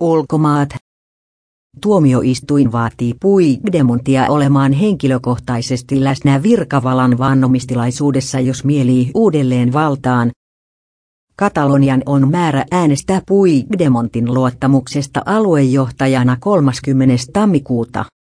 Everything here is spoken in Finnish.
Ulkomaat. Tuomioistuin vaatii Puigdemontia olemaan henkilökohtaisesti läsnä virkavalan vannomistilaisuudessa, jos mielii uudelleen valtaan. Katalonian on määrä äänestää Puigdemontin luottamuksesta aluejohtajana 30. tammikuuta.